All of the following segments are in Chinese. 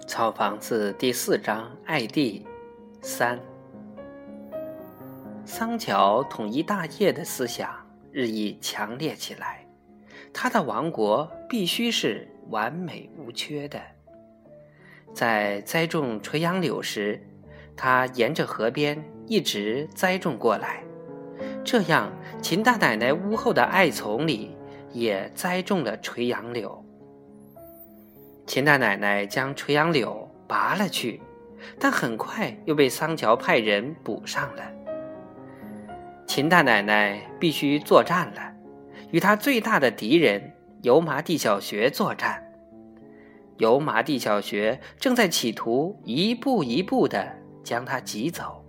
草房子第4章爱地3。桑乔统一大业的思想日益强烈起来，他的王国必须是完美无缺的。在栽种垂杨柳时，他沿着河边一直栽种过来，这样秦大奶奶屋后的艾丛里也栽种了垂杨柳。秦大奶奶将垂杨柳拔了去，但很快又被桑乔派人补上了。秦大奶奶必须作战了，与她最大的敌人油麻地小学作战。油麻地小学正在企图一步一步地将她挤走。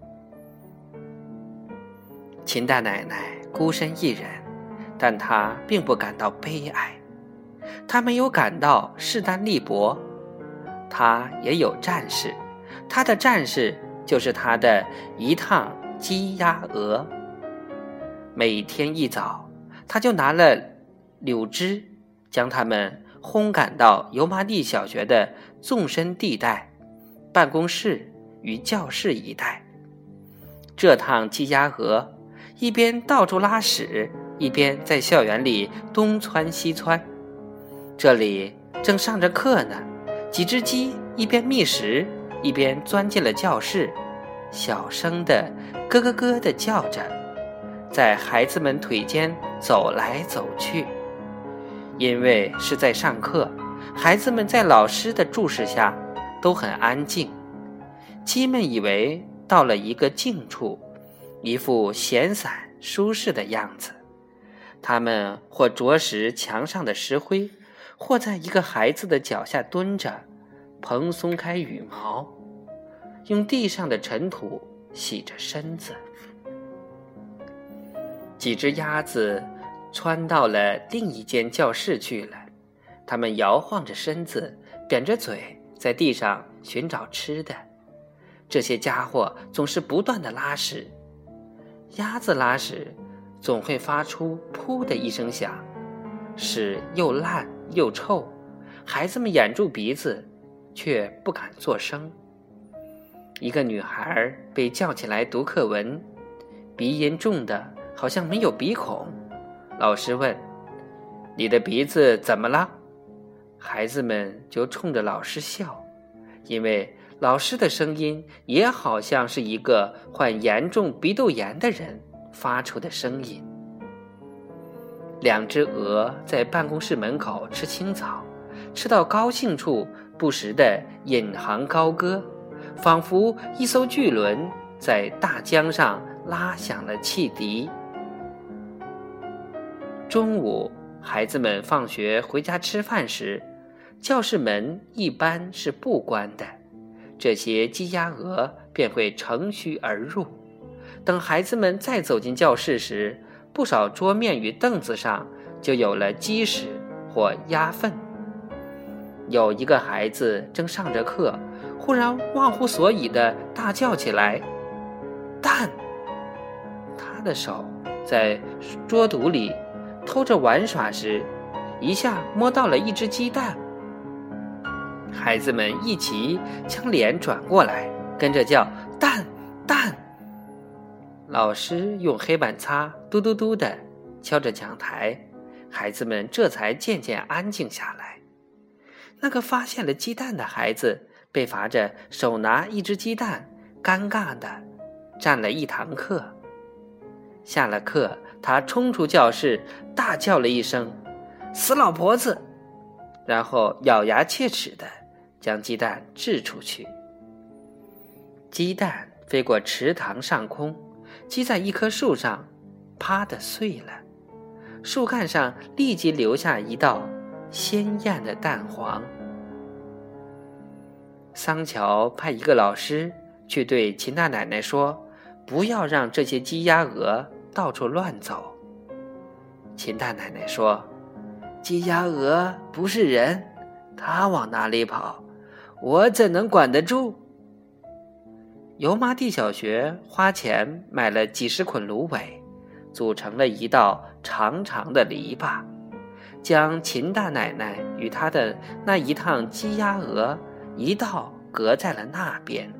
秦大奶奶孤身一人，但她并不感到悲哀。他没有感到势单力薄，他也有战士，他的战士就是他的一趟鸡鸭鹅。每天一早，他就拿了柳枝，将它们轰赶到油麻地小学的纵深地带、办公室与教室一带。这趟鸡鸭鹅一边到处拉屎，一边在校园里东窜西窜。这里正上着课呢，几只鸡一边觅食，一边钻进了教室，小声地咯咯咯地叫着，在孩子们腿间走来走去。因为是在上课，孩子们在老师的注视下都很安静。鸡们以为到了一个静处，一副闲散舒适的样子。它们或啄食墙上的石灰，或在一个孩子的脚下蹲着，蓬松开羽毛，用地上的尘土洗着身子。几只鸭子窜到了另一间教室去了，它们摇晃着身子，扁着嘴，在地上寻找吃的。这些家伙总是不断地拉屎，鸭子拉屎总会发出噗的一声响，屎又烂又臭，孩子们掩住鼻子，却不敢作声。一个女孩被叫起来读课文，鼻音重的好像没有鼻孔。老师问：“你的鼻子怎么了？”孩子们就冲着老师笑，因为老师的声音也好像是一个患严重鼻窦炎的人发出的声音。2只鹅在办公室门口吃青草，吃到高兴处不时地引吭高歌，仿佛一艘巨轮在大江上拉响了汽笛。中午，孩子们放学回家吃饭时，教室门一般是不关的，这些鸡鸭鹅便会乘虚而入。等孩子们再走进教室时，不少桌面与凳子上就有了鸡屎或鸭粪。有一个孩子正上着课，忽然忘乎所以地大叫起来：“蛋！”他的手在桌肚里偷着玩耍时，一下摸到了一只鸡蛋。孩子们一起将脸转过来，跟着叫：“蛋！蛋！”老师用黑板擦嘟嘟嘟地敲着讲台，孩子们这才渐渐安静下来。那个发现了鸡蛋的孩子被罚着手拿一只鸡蛋，尴尬地站了一堂课。下了课，他冲出教室，大叫了一声：“死老婆子！”然后咬牙切齿地将鸡蛋掷出去。鸡蛋飞过池塘上空，击在一棵树上，啪地碎了，树干上立即留下一道鲜艳的蛋黄。桑乔派一个老师去对秦大奶奶说，不要让这些鸡鸭鹅到处乱走。秦大奶奶说：“鸡鸭鹅不是人，它往哪里跑，我怎能管得住？”油麻地小学花钱买了几十捆芦苇，组成了一道长长的篱笆，将秦大奶奶与她的那一趟鸡鸭鹅一道隔在了那边。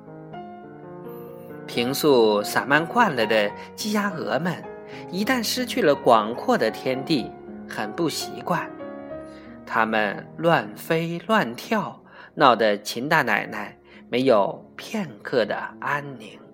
平素散漫惯了的鸡鸭鹅们，一旦失去了广阔的天地，很不习惯。它们乱飞乱跳，闹得秦大奶奶没有片刻的安宁。